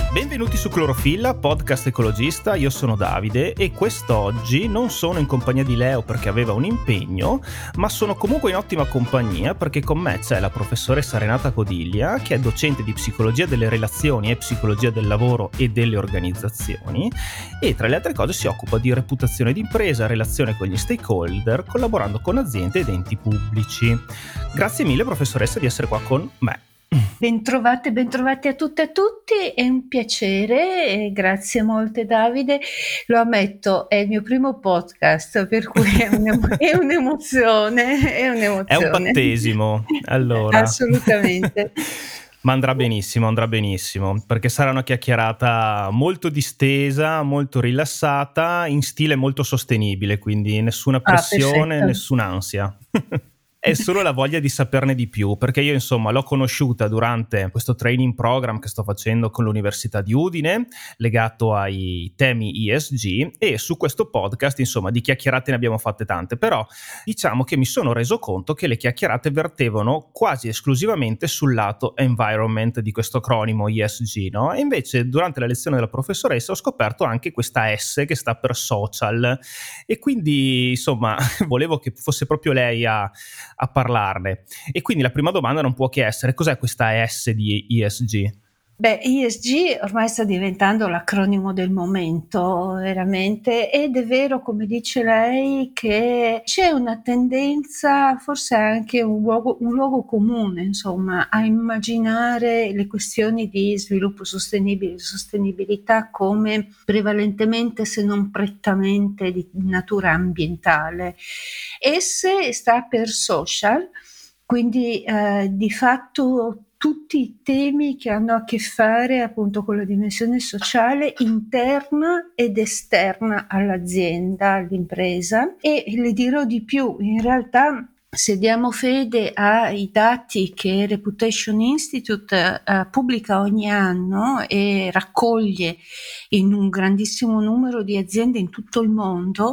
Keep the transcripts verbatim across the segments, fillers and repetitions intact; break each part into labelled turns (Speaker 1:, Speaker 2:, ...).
Speaker 1: Benvenuti su Clorofilla, podcast ecologista. Io sono Davide e quest'oggi non sono in compagnia di Leo perché aveva un impegno, ma sono comunque in ottima compagnia perché con me c'è la professoressa Renata Codiglia, che è docente di psicologia delle relazioni e psicologia del lavoro e delle organizzazioni, e tra le altre cose si occupa di reputazione d'impresa, relazione con gli stakeholder, collaborando con aziende ed enti pubblici. Grazie mille professoressa di essere qua con me.
Speaker 2: Bentrovate, bentrovati a tutte e a tutti, è un piacere e grazie molte Davide, lo ammetto, è il mio primo podcast, per cui è, un, è un'emozione, è un'emozione.
Speaker 1: È un battesimo, allora.
Speaker 2: Assolutamente.
Speaker 1: Ma andrà benissimo, andrà benissimo, perché sarà una chiacchierata molto distesa, molto rilassata, in stile molto sostenibile, quindi nessuna pressione,
Speaker 2: Ah,
Speaker 1: nessun'ansia. È solo la voglia di saperne di più, perché io insomma l'ho conosciuta durante questo training program che sto facendo con l'Università di Udine, legato ai temi E S G, e su questo podcast insomma di chiacchierate ne abbiamo fatte tante, però diciamo che mi sono reso conto che le chiacchierate vertevano quasi esclusivamente sul lato environment di questo acronimo E S G, no? E invece durante la lezione della professoressa ho scoperto anche questa S che sta per social, e quindi insomma volevo che fosse proprio lei a a parlarne. E quindi la prima domanda non può che essere: cos'è questa S di E S G?
Speaker 2: Beh, E S G ormai sta diventando l'acronimo del momento, veramente, ed è vero, come dice lei, che c'è una tendenza, forse anche un luogo, un luogo comune, insomma, a immaginare le questioni di sviluppo sostenibile e sostenibilità come prevalentemente, se non prettamente, di natura ambientale. S sta per social, quindi eh, di fatto tutti i temi che hanno a che fare appunto con la dimensione sociale interna ed esterna all'azienda, all'impresa. E le dirò di più, in realtà se diamo fede ai dati che Reputation Institute eh, pubblica ogni anno e raccoglie in un grandissimo numero di aziende in tutto il mondo,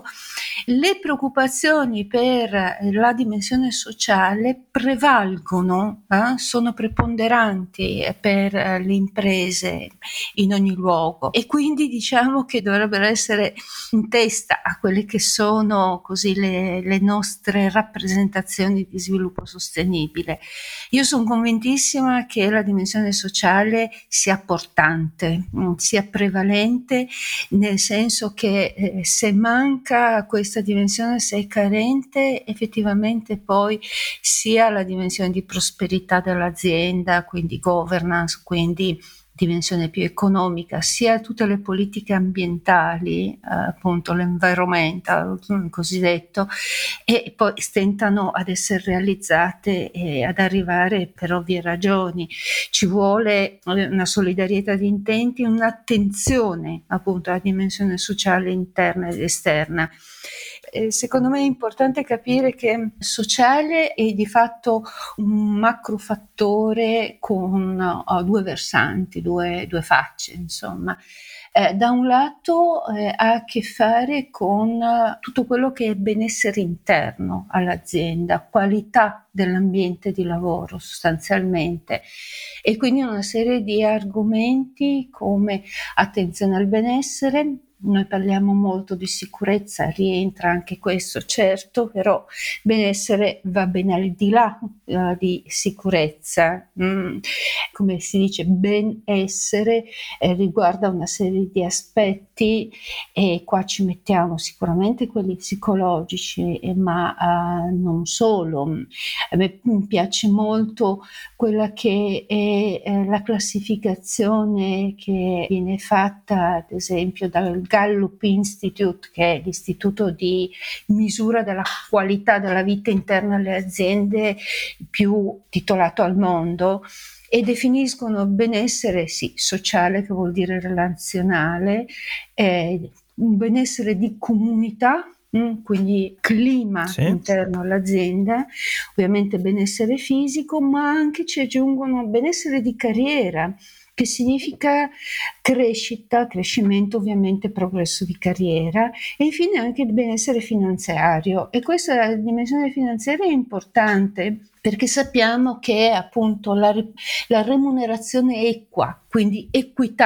Speaker 2: le preoccupazioni per la dimensione sociale prevalgono, eh, sono preponderanti per le imprese in ogni luogo, e quindi diciamo che dovrebbero essere in testa a quelle che sono così le, le nostre rappresentazioni di sviluppo sostenibile. Io sono convintissima che la dimensione sociale sia portante, sia prevalente, nel senso che eh, se manca questa dimensione, se è carente, effettivamente poi sia la dimensione di prosperità dell'azienda, quindi governance, quindi dimensione più economica, sia tutte le politiche ambientali, eh, appunto l'environmental cosiddetto, e poi stentano ad essere realizzate e ad arrivare per ovvie ragioni. Ci vuole una solidarietà di intenti, un'attenzione appunto alla dimensione sociale interna ed esterna. Eh, secondo me è importante capire che sociale è di fatto un macrofattore con uh, due versanti, due, due facce, insomma. Eh, da un lato eh, ha a che fare con uh, tutto quello che è benessere interno all'azienda, qualità dell'ambiente di lavoro sostanzialmente, e quindi una serie di argomenti come attenzione al benessere. Noi parliamo molto di sicurezza, rientra anche questo, certo, però benessere va ben al di là uh, di sicurezza. Mm. Come si dice, benessere eh, riguarda una serie di aspetti, e qua ci mettiamo sicuramente quelli psicologici, eh, ma uh, non solo. A me piace molto quella che è eh, la classificazione che viene fatta ad esempio dal Gallup Institute, che è l'istituto di misura della qualità della vita interna alle aziende più titolato al mondo, e definiscono benessere sì sociale, che vuol dire relazionale, eh, un benessere di comunità, quindi clima sì. interno all'azienda, ovviamente benessere fisico, ma anche ci aggiungono benessere di carriera, che significa crescita, crescimento, ovviamente progresso di carriera, e infine anche il benessere finanziario. E questa la dimensione finanziaria è importante perché sappiamo che appunto la, la remunerazione equa, quindi equità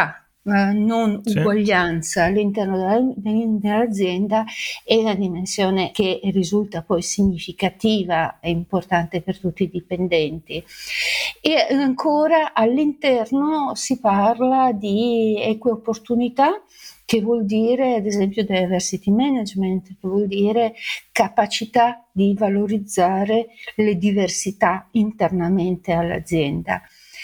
Speaker 2: eh, non
Speaker 1: Sì.
Speaker 2: uguaglianza all'interno della, dell'azienda è la dimensione che risulta poi significativa e importante per tutti i dipendenti. E ancora all'interno si parla di eque opportunità, che vuol dire ad esempio diversity management, che vuol dire capacità di valorizzare le diversità internamente all'azienda.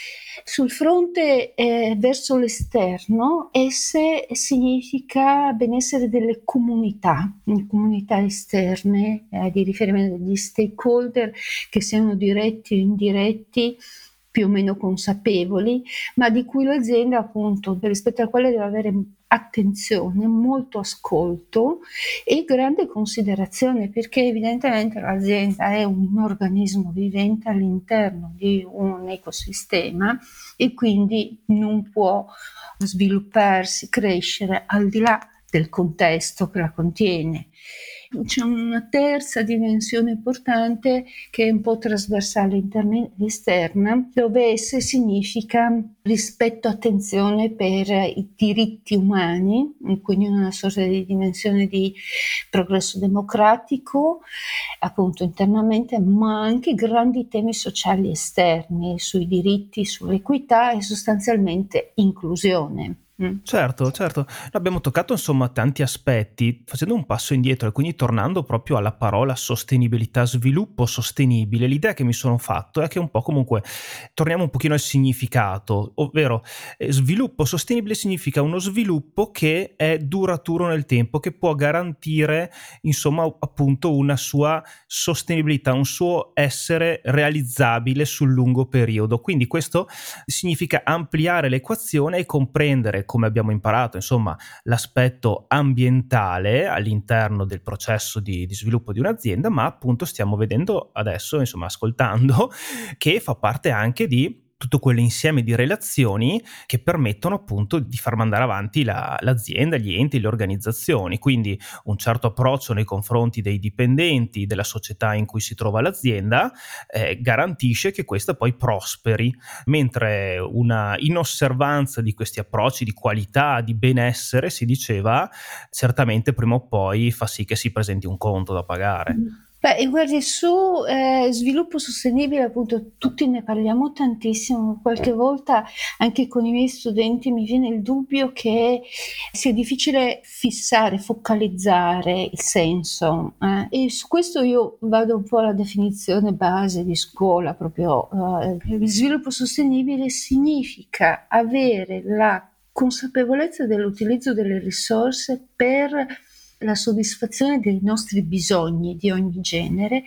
Speaker 2: Sul fronte eh, verso l'esterno, esse significa benessere delle comunità, comunità esterne, eh, di riferimento degli stakeholder, che siano diretti o indiretti, più o meno consapevoli, ma di cui l'azienda appunto rispetto al quale deve avere attenzione, molto ascolto e grande considerazione, perché evidentemente l'azienda è un organismo vivente all'interno di un ecosistema e quindi non può svilupparsi, crescere al di là del contesto che la contiene. C'è una terza dimensione importante che è un po' trasversale interna e esterna, dove esse significa rispetto, attenzione per i diritti umani, quindi una sorta di dimensione di progresso democratico, appunto internamente, ma anche grandi temi sociali esterni sui diritti, sull'equità e sostanzialmente inclusione. Mm.
Speaker 1: Certo, certo. Abbiamo toccato insomma tanti aspetti, facendo un passo indietro e quindi tornando proprio alla parola sostenibilità, sviluppo sostenibile. L'idea che mi sono fatto è che un po' comunque torniamo un pochino al significato, ovvero eh, sviluppo sostenibile significa uno sviluppo che è duraturo nel tempo, che può garantire insomma appunto una sua sostenibilità, un suo essere realizzabile sul lungo periodo. Quindi questo significa ampliare l'equazione e comprendere, come abbiamo imparato, insomma, l'aspetto ambientale all'interno del processo di, di sviluppo di un'azienda, ma appunto stiamo vedendo adesso, insomma, ascoltando, che fa parte anche di tutto quell'insieme di relazioni che permettono appunto di far mandare avanti la, l'azienda, gli enti, le organizzazioni. Quindi un certo approccio nei confronti dei dipendenti, della società in cui si trova l'azienda, eh, garantisce che questa poi prosperi, mentre una inosservanza di questi approcci di qualità, di benessere, si diceva, certamente prima o poi fa sì che si presenti un conto da pagare.
Speaker 2: Beh, guardi, su eh, sviluppo sostenibile appunto tutti ne parliamo tantissimo, qualche volta anche con i miei studenti mi viene il dubbio che sia difficile fissare, focalizzare il senso, eh? E su questo io vado un po' alla definizione base di scuola proprio. Eh, il sviluppo sostenibile significa avere la consapevolezza dell'utilizzo delle risorse per la soddisfazione dei nostri bisogni di ogni genere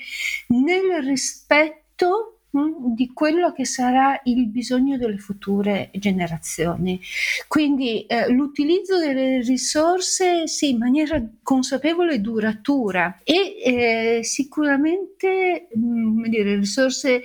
Speaker 2: nel rispetto mh, di quello che sarà il bisogno delle future generazioni. Quindi eh, l'utilizzo delle risorse sì, in maniera consapevole e duratura e eh, sicuramente mh, dire, risorse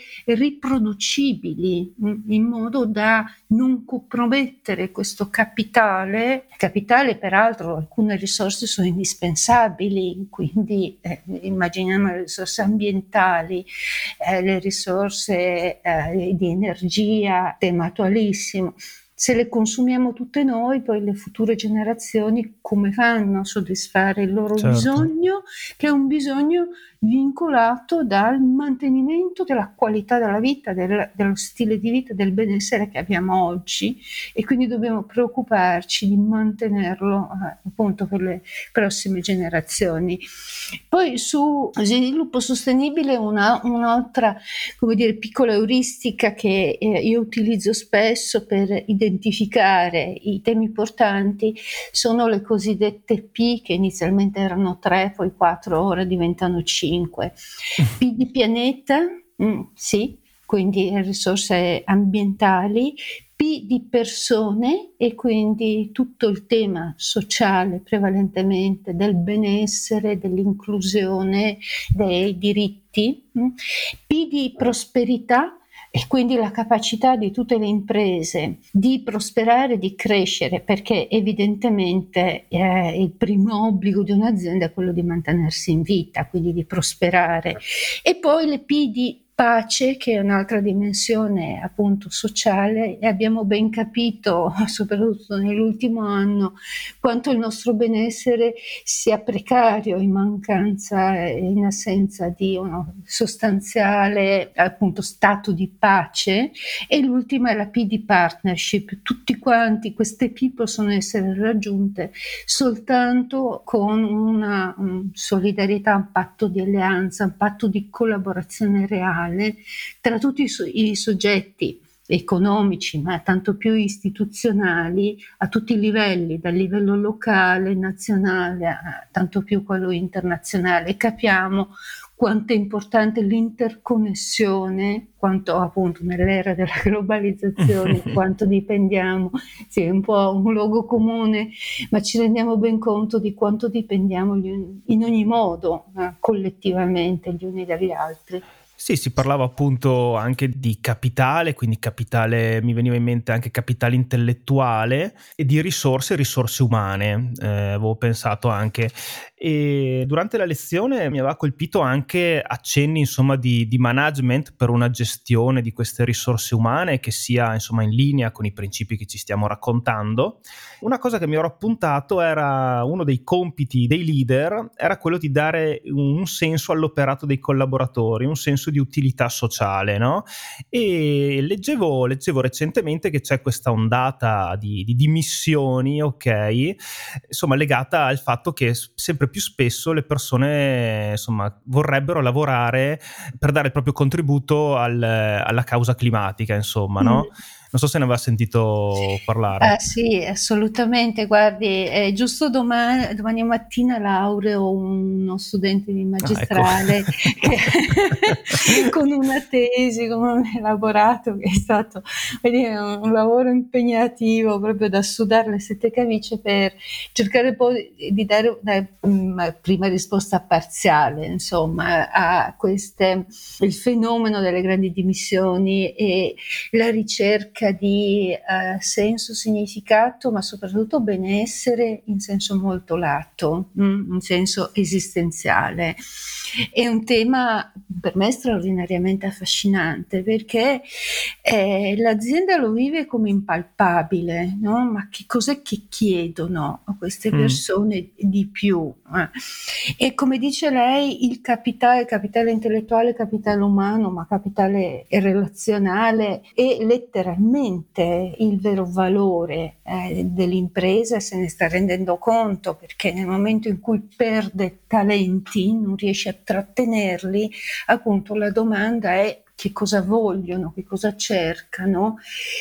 Speaker 2: riproducibili mh, in modo da non compromettere questo capitale, capitale peraltro alcune risorse sono indispensabili, quindi eh, immaginiamo le risorse ambientali, eh, le risorse eh, di energia, tema attualissimo. Se le consumiamo tutte noi, poi le future generazioni come fanno a soddisfare il loro
Speaker 1: Certo.
Speaker 2: bisogno, che è un bisogno vincolato dal mantenimento della qualità della vita, del, dello stile di vita, del benessere che abbiamo oggi, e quindi dobbiamo preoccuparci di mantenerlo eh, appunto per le prossime generazioni. Poi su sviluppo sostenibile una, un'altra, come dire, piccola euristica che eh, io utilizzo spesso per identificare i temi importanti sono le cosiddette P, che inizialmente erano tre, poi quattro, ora diventano cinque. P di pianeta, mm, sì, quindi risorse ambientali, P di persone e quindi tutto il tema sociale prevalentemente del benessere, dell'inclusione, dei diritti, mm. P di prosperità e quindi la capacità di tutte le imprese di prosperare, di crescere, perché evidentemente eh, il primo obbligo di un'azienda è quello di mantenersi in vita, quindi di prosperare. E poi le P di pace, che è un'altra dimensione appunto sociale, e abbiamo ben capito, soprattutto nell'ultimo anno, quanto il nostro benessere sia precario in mancanza e in assenza di uno sostanziale appunto stato di pace. E l'ultima è la P di partnership. Tutti quanti queste P possono essere raggiunte soltanto con una um, solidarietà, un patto di alleanza, un patto di collaborazione reale tra tutti i, so- i soggetti economici, ma tanto più istituzionali, a tutti i livelli, dal livello locale, nazionale, a tanto più quello internazionale. Capiamo quanto è importante l'interconnessione, quanto appunto nell'era della globalizzazione, quanto dipendiamo, sì, è un po' un luogo comune, ma ci rendiamo ben conto di quanto dipendiamo gli uni- in ogni modo, eh, collettivamente gli uni dagli altri.
Speaker 1: Sì, si parlava appunto anche di capitale, quindi capitale, mi veniva in mente anche capitale intellettuale, e di risorse, risorse umane, eh, avevo pensato anche. E durante la lezione mi aveva colpito anche accenni insomma di, di management per una gestione di queste risorse umane che sia insomma in linea con i principi che ci stiamo raccontando. Una cosa che mi ero appuntato era uno dei compiti dei leader, era quello di dare un senso all'operato dei collaboratori, un senso di utilità sociale, no? E leggevo, leggevo recentemente che c'è questa ondata di, di dimissioni, ok, insomma legata al fatto che sempre più spesso le persone insomma vorrebbero lavorare per dare il proprio contributo al, alla causa climatica, insomma, no?
Speaker 2: Mm.
Speaker 1: Non so se ne aveva sentito parlare.
Speaker 2: Ah, sì, assolutamente. Guardi, è giusto domani, domani mattina laureo uno studente di
Speaker 1: Ah, ecco.
Speaker 2: magistrale che, con una tesi, con un elaborato che è stato, voglio dire, un, un lavoro impegnativo, proprio da sudare le sette camicie per cercare poi di dare una um, prima risposta parziale, insomma, a queste, il fenomeno delle grandi dimissioni e la ricerca di eh, senso, significato, ma soprattutto benessere in senso molto lato, mm, in senso esistenziale. È un tema per me straordinariamente affascinante, perché eh, l'azienda lo vive come impalpabile, no? Ma che cos'è che chiedono a queste persone mm. di più? Eh? E come dice lei, il capitale, capitale intellettuale, capitale umano, ma capitale relazionale è letteralmente il vero valore eh, dell'impresa, se ne sta rendendo conto, perché nel momento in cui perde talenti, non riesce a trattenerli, appunto la domanda è che cosa vogliono, che cosa cercano,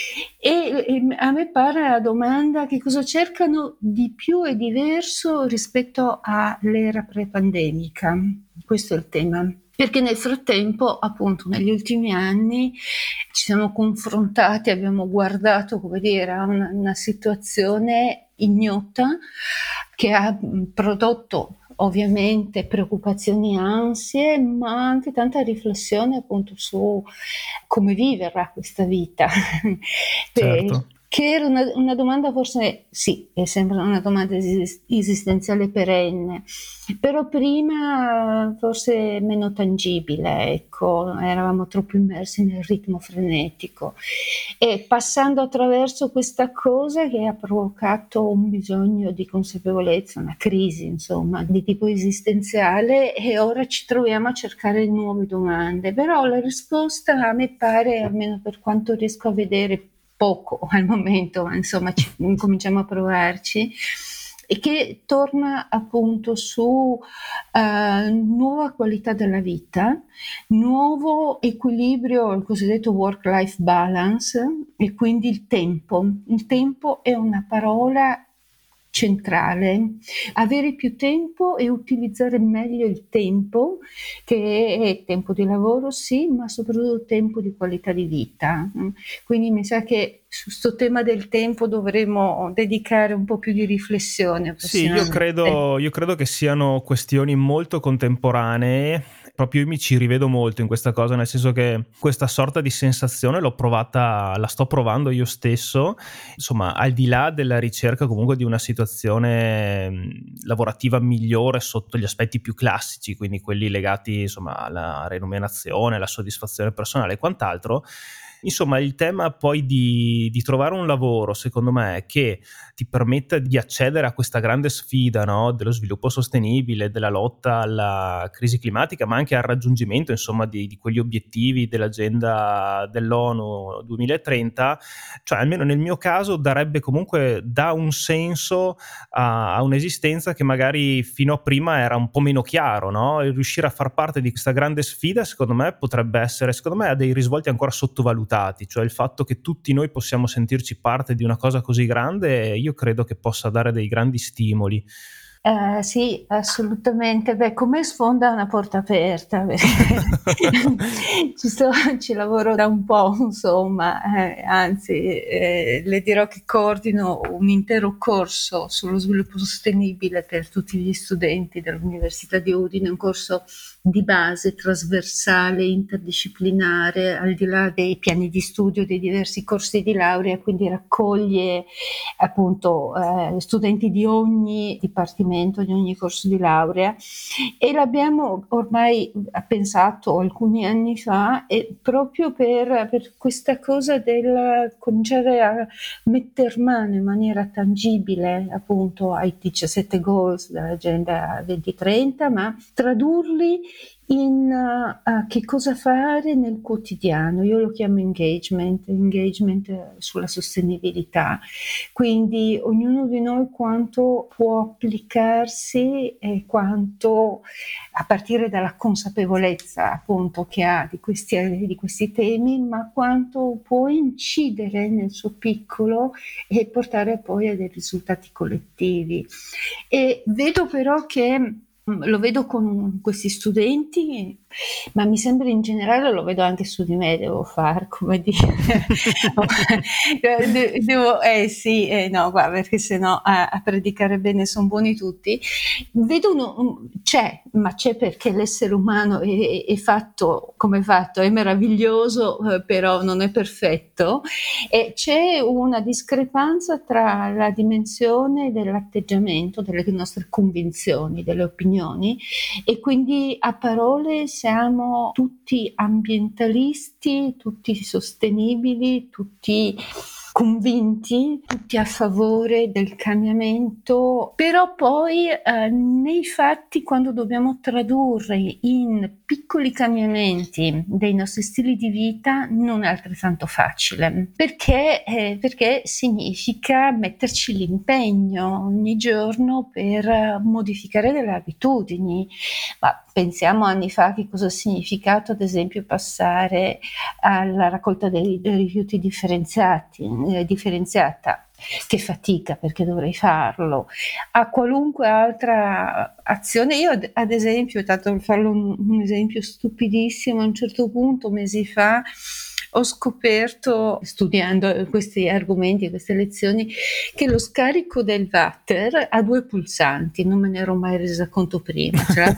Speaker 2: e, e a me pare la domanda che cosa cercano di più e diverso rispetto all'era pre-pandemica. Questo è il tema. Perché nel frattempo, appunto, negli ultimi anni ci siamo confrontati, abbiamo guardato, come dire, a una, una situazione ignota che ha prodotto ovviamente preoccupazioni, ansie, ma anche tanta riflessione appunto su come viverà questa vita.
Speaker 1: Certo.
Speaker 2: Che era una, una domanda forse, sì, è sempre una domanda esistenziale perenne, però prima forse meno tangibile, ecco, eravamo troppo immersi nel ritmo frenetico. E passando attraverso questa cosa che ha provocato un bisogno di consapevolezza, una crisi, insomma, di tipo esistenziale, e ora ci troviamo a cercare nuove domande. Però la risposta a me pare, almeno per quanto riesco a vedere, poco al momento, ma insomma ci, cominciamo a provarci, e che torna appunto su uh, nuova qualità della vita, nuovo equilibrio, il cosiddetto work-life balance, e quindi il tempo. Il tempo è una parola centrale, avere più tempo e utilizzare meglio il tempo, che è tempo di lavoro sì, ma soprattutto tempo di qualità di vita. Quindi mi sa che su questo tema del tempo dovremo dedicare un po' più di riflessione
Speaker 1: Sì, io credo, io credo che siano questioni molto contemporanee proprio io mi ci rivedo molto in questa cosa, nel senso che questa sorta di sensazione l'ho provata, la sto provando io stesso, insomma, al di là della ricerca comunque di una situazione mh, lavorativa migliore sotto gli aspetti più classici, quindi quelli legati insomma alla remunerazione, alla soddisfazione personale e quant'altro. Insomma, il tema poi di, di trovare un lavoro, secondo me, che ti permetta di accedere a questa grande sfida, no? Dello sviluppo sostenibile, della lotta alla crisi climatica, ma anche al raggiungimento, insomma, di, di quegli obiettivi dell'agenda dell'ONU duemilatrenta, cioè almeno nel mio caso darebbe comunque, dà un senso a, a un'esistenza che magari fino a prima era un po' meno chiaro, no? E riuscire a far parte di questa grande sfida, secondo me, potrebbe essere, secondo me, ha dei risvolti ancora sottovalutati, cioè il fatto che tutti noi possiamo sentirci parte di una cosa così grande, io credo che possa dare dei grandi stimoli.
Speaker 2: Eh, sì, assolutamente. Beh, come sfonda una porta aperta, perché ci, sto, ci lavoro da un po', insomma, eh, anzi, eh, le dirò che coordino un intero corso sullo sviluppo sostenibile per tutti gli studenti dell'Università di Udine, un corso di base, trasversale, interdisciplinare, al di là dei piani di studio dei diversi corsi di laurea, quindi raccoglie appunto eh, studenti di ogni dipartimento, di ogni corso di laurea, e l'abbiamo ormai pensato alcuni anni fa, e proprio per, per questa cosa del cominciare a metter mano in maniera tangibile appunto ai diciassette goals dell'agenda duemilatrenta, ma tradurli in uh, che cosa fare nel quotidiano. Io lo chiamo engagement, engagement sulla sostenibilità. Quindi ognuno di noi quanto può applicarsi e quanto, a partire dalla consapevolezza appunto che ha di questi, di questi temi, ma quanto può incidere nel suo piccolo e portare poi a dei risultati collettivi. E vedo però che lo vedo con questi studenti, ma mi sembra in generale, lo vedo anche su di me, devo fare, come dire, De- devo, eh sì, eh no, guarda, perché sennò a, a predicare bene sono buoni tutti. Vedo uno, c'è, ma c'è perché l'essere umano è, è fatto come è fatto, è meraviglioso, eh, però non è perfetto, e c'è una discrepanza tra la dimensione dell'atteggiamento, delle nostre convinzioni, delle opinioni, e quindi a parole siamo tutti ambientalisti, tutti sostenibili, tutti convinti, tutti a favore del cambiamento, però poi eh, nei fatti, quando dobbiamo tradurre in piccoli cambiamenti dei nostri stili di vita, non è altrettanto facile, perché, eh, perché significa metterci l'impegno ogni giorno per modificare delle abitudini. Ma pensiamo anni fa che cosa ha significato, ad esempio, passare alla raccolta dei, dei rifiuti differenziati, eh, differenziata. Che fatica, perché dovrei farlo, a qualunque altra azione. Io ad, ad esempio, tanto per farlo un, un esempio stupidissimo, a un certo punto, mesi fa, ho scoperto, studiando questi argomenti, queste lezioni, che lo scarico del water ha due pulsanti, non me ne ero mai resa conto prima. Cioè,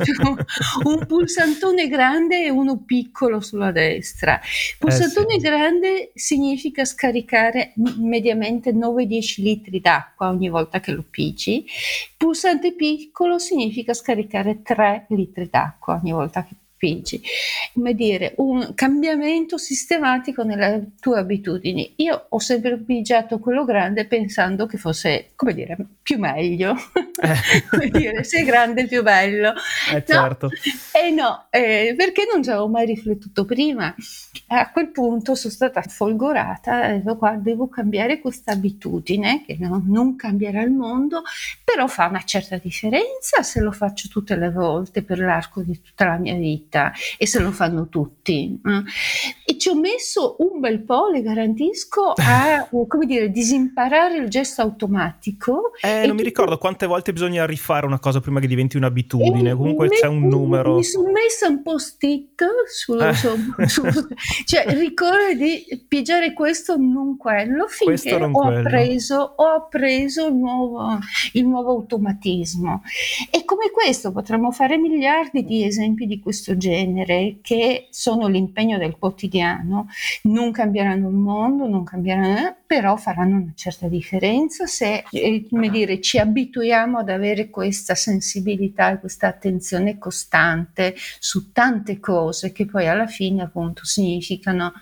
Speaker 2: un pulsantone grande e uno piccolo sulla destra. Pulsantone eh sì. grande significa scaricare mediamente nove dieci litri d'acqua ogni volta che lo pigi. Pulsante piccolo significa scaricare tre litri d'acqua ogni volta che pigi. Come dire, un cambiamento sistematico nelle tue abitudini. Io ho sempre pigiato quello grande pensando che fosse, come dire, più meglio. Eh. Come dire, se è grande più bello.
Speaker 1: Eh, certo.
Speaker 2: No, eh no, eh, perché non ci avevo mai riflettuto prima. A quel punto sono stata folgorata e detto, guarda, devo cambiare questa abitudine che non, non cambierà il mondo, però fa una certa differenza se lo faccio tutte le volte per l'arco di tutta la mia vita, e se lo fanno tutti. Eh. E ci ho messo un bel po', le garantisco, a come dire, disimparare il gesto automatico.
Speaker 1: Eh,
Speaker 2: E
Speaker 1: non mi
Speaker 2: tutto-
Speaker 1: ricordo quante volte bisogna rifare una cosa prima che diventi
Speaker 2: e
Speaker 1: un'abitudine. Comunque c'è un
Speaker 2: me- mi
Speaker 1: numero.
Speaker 2: sono messa un post-it
Speaker 1: Eh,
Speaker 2: su, su- su- cioè ricordo di pigiare questo, non quello,
Speaker 1: questo
Speaker 2: finché
Speaker 1: non
Speaker 2: ho
Speaker 1: quello.
Speaker 2: appreso, ho appreso il nuovo, il nuovo automatismo. E come questo potremmo fare miliardi di esempi di questo genere, che sono l'impegno del quotidiano. Non cambieranno il mondo, non cambieranno, però faranno una certa differenza se, eh, come dire, ci abituiamo ad avere questa sensibilità e questa attenzione costante su tante cose che poi alla fine appunto significano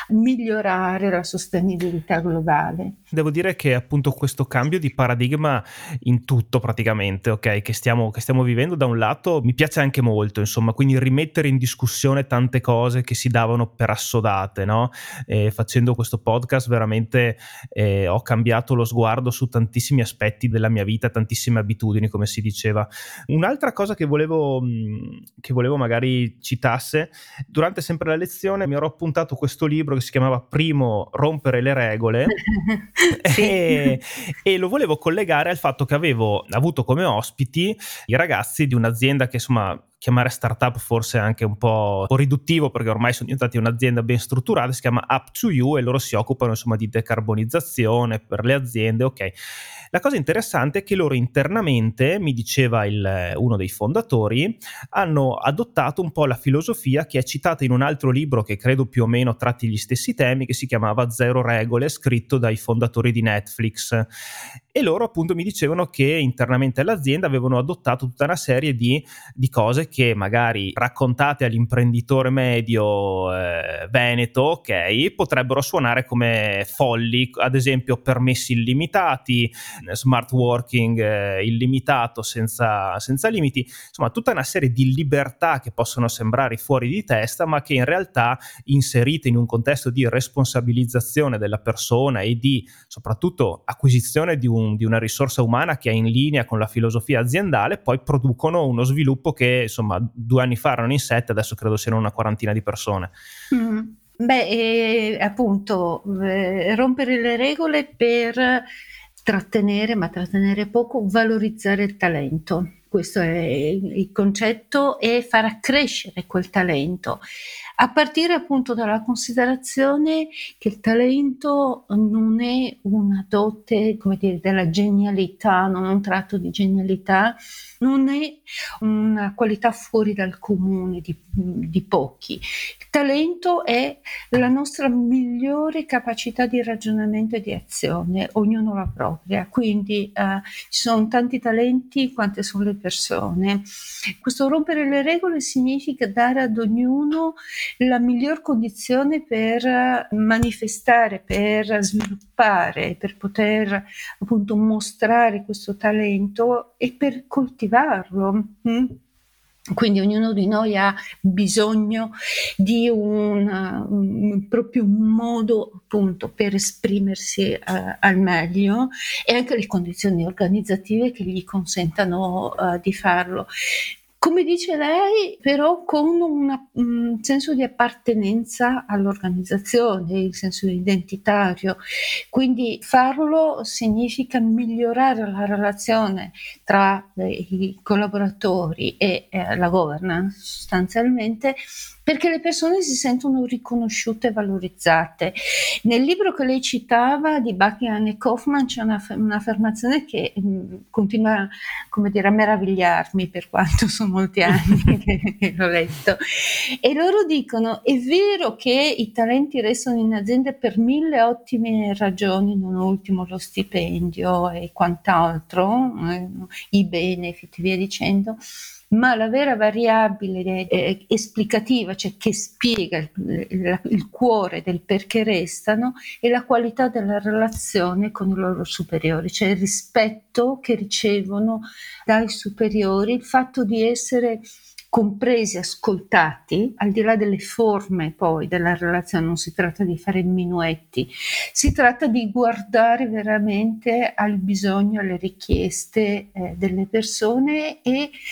Speaker 2: migliorare la sostenibilità globale.
Speaker 1: Devo dire che appunto questo cambio di paradigma in tutto praticamente, ok, che stiamo, che stiamo vivendo da un lato mi piace anche molto, insomma, quindi rimettere in discussione tante cose che si davano per assodate, no? E facendo questo podcast veramente eh, ho cambiato lo sguardo su tantissimi aspetti della mia vita, tantissime abitudini, come si diceva. Un'altra cosa che volevo, mh, che volevo magari citasse, durante sempre la lezione mi ero appuntato questo libro che si chiamava Primo rompere le regole.
Speaker 2: Sì.
Speaker 1: E, e lo volevo collegare al fatto che avevo avuto come ospiti i ragazzi di un'azienda che, insomma, chiamare startup forse è anche un po', un po' riduttivo, perché ormai sono diventati un'azienda ben strutturata, si chiama Up to You, e loro si occupano, insomma, di decarbonizzazione per le aziende, ok. La cosa interessante è che loro internamente, mi diceva il, uno dei fondatori, hanno adottato un po' la filosofia che è citata in un altro libro che credo più o meno tratti gli stessi temi, che si chiamava Zero Regole, scritto dai fondatori di Netflix. E loro appunto mi dicevano che internamente all'azienda avevano adottato tutta una serie di, di cose che magari raccontate all'imprenditore medio eh, veneto, ok, potrebbero suonare come folli, ad esempio permessi illimitati, smart working eh, illimitato senza, senza limiti, insomma tutta una serie di libertà che possono sembrare fuori di testa, ma che in realtà, inserite in un contesto di responsabilizzazione della persona e di soprattutto acquisizione di, un, di una risorsa umana che è in linea con la filosofia aziendale, poi producono uno sviluppo che, insomma, due anni fa erano in sette, adesso credo siano una quarantina di persone.
Speaker 2: Mm. Beh, e, appunto, eh, rompere le regole per trattenere, ma trattenere poco, valorizzare il talento. Questo è il concetto, e far accrescere quel talento, a partire appunto dalla considerazione che il talento non è una dote, come dire, della genialità, non è un tratto di genialità, non è una qualità fuori dal comune di, di pochi. Il talento è la nostra migliore capacità di ragionamento e di azione, ognuno la propria, quindi eh, ci sono tanti talenti quante sono le persone. Questo rompere le regole significa dare ad ognuno la miglior condizione per manifestare, per sviluppare, per poter appunto mostrare questo talento e per coltivarlo. Mm? Quindi ognuno di noi ha bisogno di un, un proprio modo appunto per esprimersi eh, al meglio, e anche le condizioni organizzative che gli consentano uh, di farlo. Come dice lei, però con una, un senso di appartenenza all'organizzazione, il senso identitario. Quindi farlo significa migliorare la relazione tra eh, i collaboratori e eh, la governance, sostanzialmente, perché le persone si sentono riconosciute e valorizzate. Nel libro che lei citava di Buckingham e Kaufman c'è una, un'affermazione che mh, continua, come dire, a meravigliarmi, per quanto sono molti anni che, che l'ho letto. E loro dicono: è vero che i talenti restano in azienda per mille ottime ragioni, non ultimo lo stipendio e quant'altro, eh, i benefit, via dicendo, ma la vera variabile eh, esplicativa, cioè che spiega il, il, il cuore del perché restano, è la qualità della relazione con i loro superiori, cioè il rispetto che ricevono dai superiori, il fatto di essere compresi, ascoltati, al di là delle forme poi della relazione. Non si tratta di fare minuetti, si tratta di guardare veramente al bisogno, alle richieste eh, delle persone, e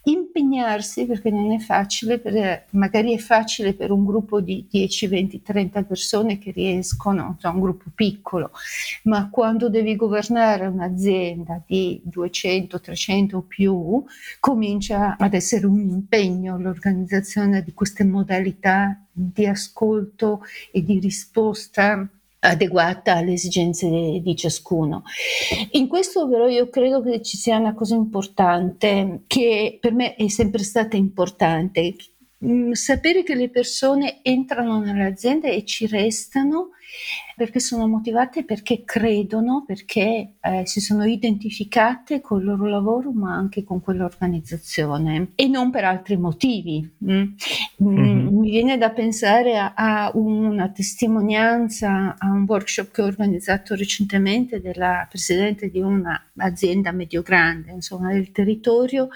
Speaker 2: impegnarsi, perché non è facile, per, magari è facile per un gruppo di dieci, venti, trenta persone che riescono, cioè un gruppo piccolo, ma quando devi governare un'azienda di duecento, trecento o più, comincia ad essere un impegno l'organizzazione di queste modalità di ascolto e di risposta adeguata alle esigenze di, di ciascuno. In questo però io credo che ci sia una cosa importante, che per me è sempre stata importante, mh, sapere che le persone entrano nell'azienda e ci restano perché sono motivate, perché credono, perché eh, si sono identificate col loro lavoro ma anche con quell'organizzazione, e non per altri motivi. Mm. Mm-hmm. Mi viene da pensare a, a una testimonianza, a un workshop che ho organizzato recentemente della presidente di un'azienda medio-grande, insomma, del territorio,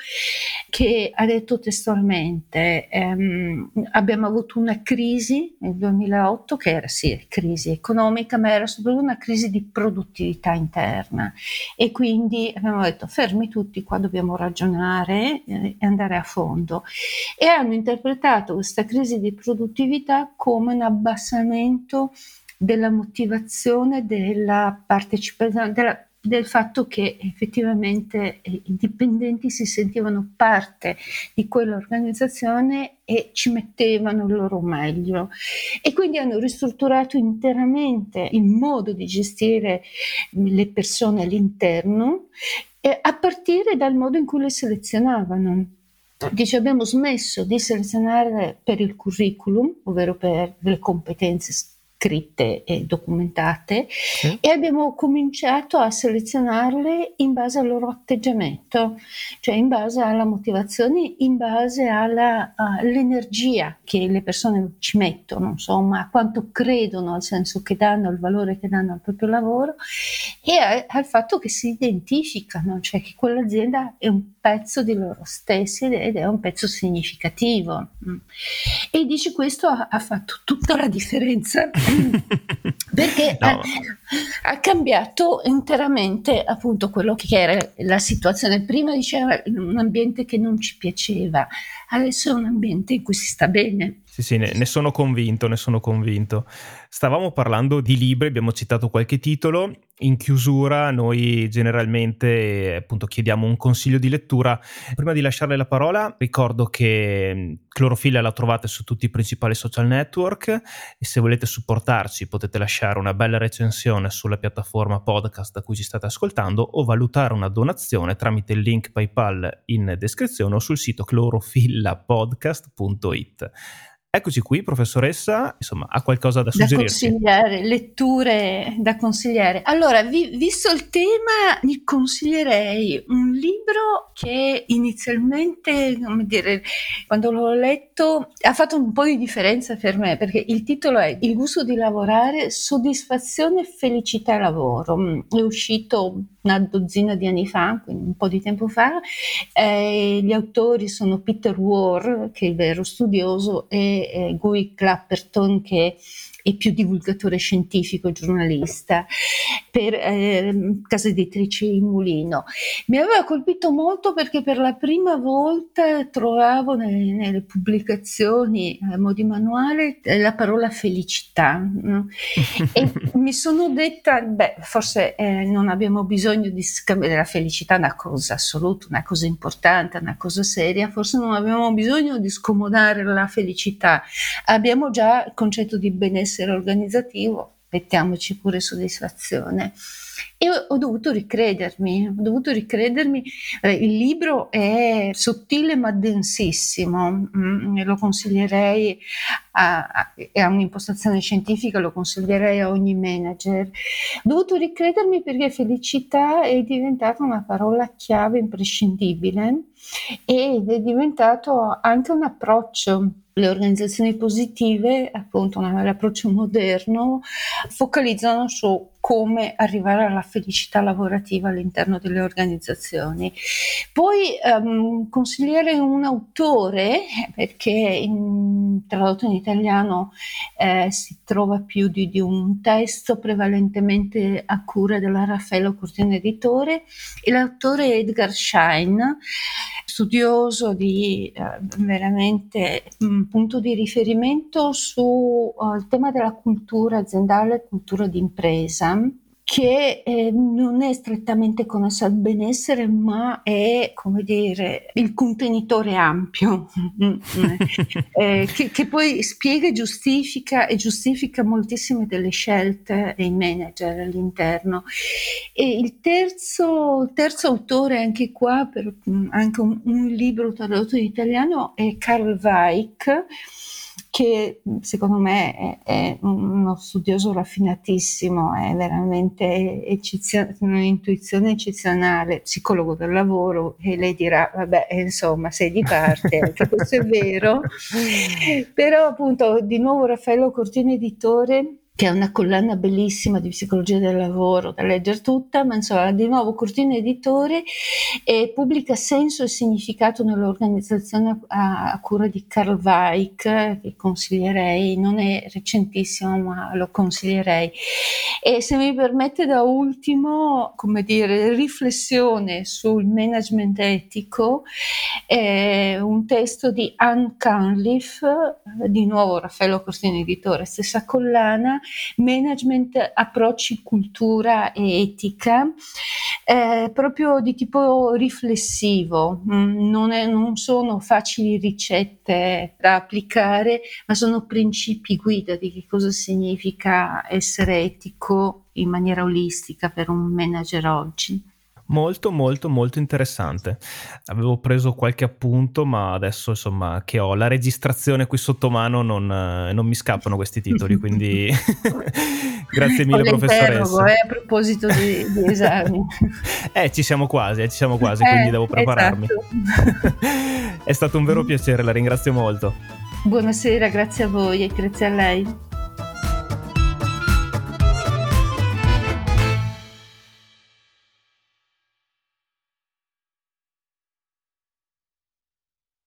Speaker 2: che ha detto testualmente: ehm, abbiamo avuto una crisi nel duemilaotto, che era sì crisi economica, ma era soprattutto una crisi di produttività interna, e quindi abbiamo detto fermi tutti, qua dobbiamo ragionare eh, e andare a fondo, e hanno interpretato questa crisi di produttività come un abbassamento della motivazione, della partecipazione, della del fatto che effettivamente i dipendenti si sentivano parte di quell'organizzazione e ci mettevano il loro meglio, e quindi hanno ristrutturato interamente il modo di gestire le persone all'interno, eh, a partire dal modo in cui le selezionavano. Dice: abbiamo smesso di selezionare per il curriculum, ovvero per le competenze scritte e documentate, sì. E abbiamo cominciato a selezionarle in base al loro atteggiamento, cioè in base alla motivazione, in base alla, all'energia che le persone ci mettono, insomma, a quanto credono, al senso che danno, al valore che danno al proprio lavoro, e a, al fatto che si identificano, cioè che quell'azienda è un pezzo di loro stessi ed è un pezzo significativo. E dice: questo ha, ha fatto tutta la differenza perché no. ha, ha cambiato interamente appunto quello che era la situazione. Prima diceva un ambiente che non ci piaceva, adesso è un ambiente in cui si sta bene.
Speaker 1: Sì, sì, ne, ne sono convinto, ne sono convinto. Stavamo parlando di libri, abbiamo citato qualche titolo. In chiusura noi generalmente appunto chiediamo un consiglio di lettura. Prima di lasciarle la parola ricordo che Clorofilla la trovate su tutti i principali social network, e se volete supportarci potete lasciare una bella recensione sulla piattaforma podcast da cui ci state ascoltando, o valutare una donazione tramite il link PayPal in descrizione o sul sito clorofillapodcast punto it. Eccoci qui, professoressa, insomma, ha qualcosa da suggerirci?
Speaker 2: Da consigliare, letture da consigliare. Allora, vi, visto il tema, vi consiglierei un libro che inizialmente, come dire, quando l'ho letto, ha fatto un po' di differenza per me, perché il titolo è Il gusto di lavorare, soddisfazione, felicità e lavoro. È uscito una dozzina di anni fa, quindi un po' di tempo fa. Eh, gli autori sono Peter Ward, che è il vero studioso, e eh, Guy Clapperton, che è più divulgatore scientifico e giornalista per eh, casa editrice Il Mulino. Mi aveva colpito molto perché per la prima volta trovavo nelle, nelle pubblicazioni a mo' di manuale la parola felicità, no? E mi sono detta, beh, forse eh, non abbiamo bisogno di scambiare la felicità, una cosa assoluta, una cosa importante, una cosa seria, forse non abbiamo bisogno di scomodare la felicità, abbiamo già il concetto di benessere organizzativo, mettiamoci pure soddisfazione. E ho, ho dovuto ricredermi, ho dovuto ricredermi. Eh, il libro è sottile ma densissimo, mm, lo consiglierei a, a, a un'impostazione scientifica, lo consiglierei a ogni manager. Ho dovuto ricredermi perché felicità è diventata una parola chiave imprescindibile ed è diventato anche un approccio. Le organizzazioni positive, appunto l'approccio moderno, focalizzano su come arrivare alla felicità lavorativa all'interno delle organizzazioni. Poi um, consigliere un autore, perché in, tradotto in italiano eh, si trova più di, di un testo, prevalentemente a cura della Raffaello Cortina Editore, e l'autore è Edgar Schein. studioso di eh, veramente un punto di riferimento sul uh, tema della cultura aziendale, cultura d'impresa, che eh, non è strettamente connessa al benessere, ma è, come dire, il contenitore ampio, eh, che, che poi spiega e giustifica, e giustifica moltissime delle scelte dei manager all'interno. E il terzo, il terzo autore, anche qua, per anche un, un libro tradotto in italiano, è Carl Weick, che secondo me è, è uno studioso raffinatissimo, è veramente eccezionale, un'intuizione eccezionale, psicologo del lavoro, e lei dirà vabbè, insomma, sei di parte, anche questo è vero. Però appunto di nuovo Raffaello Cortina editore, che è una collana bellissima di psicologia del lavoro da leggere tutta, ma insomma di nuovo Cortina editore, e pubblica Senso e significato nell'organizzazione a, a cura di Carl Weick, che consiglierei, non è recentissimo ma lo consiglierei. E se mi permette da ultimo, come dire, riflessione sul management etico, è un testo di Anne Cunliffe, di nuovo Raffaello Cortina editore, stessa collana, Management, approcci, cultura e etica, eh, proprio di tipo riflessivo. Mm, non, è, non sono facili ricette da applicare, ma sono principi guida di che cosa significa essere etico in maniera olistica per un manager oggi.
Speaker 1: Molto molto molto interessante. Avevo preso qualche appunto, ma adesso insomma che ho la registrazione qui sotto mano non, non mi scappano questi titoli, quindi grazie mille professoressa.
Speaker 2: Eh, a proposito di, di esami.
Speaker 1: eh ci siamo quasi, eh, ci siamo quasi, quindi
Speaker 2: eh,
Speaker 1: devo prepararmi.
Speaker 2: Esatto.
Speaker 1: È stato un vero piacere, la ringrazio molto.
Speaker 2: Buonasera, grazie a voi e grazie a lei.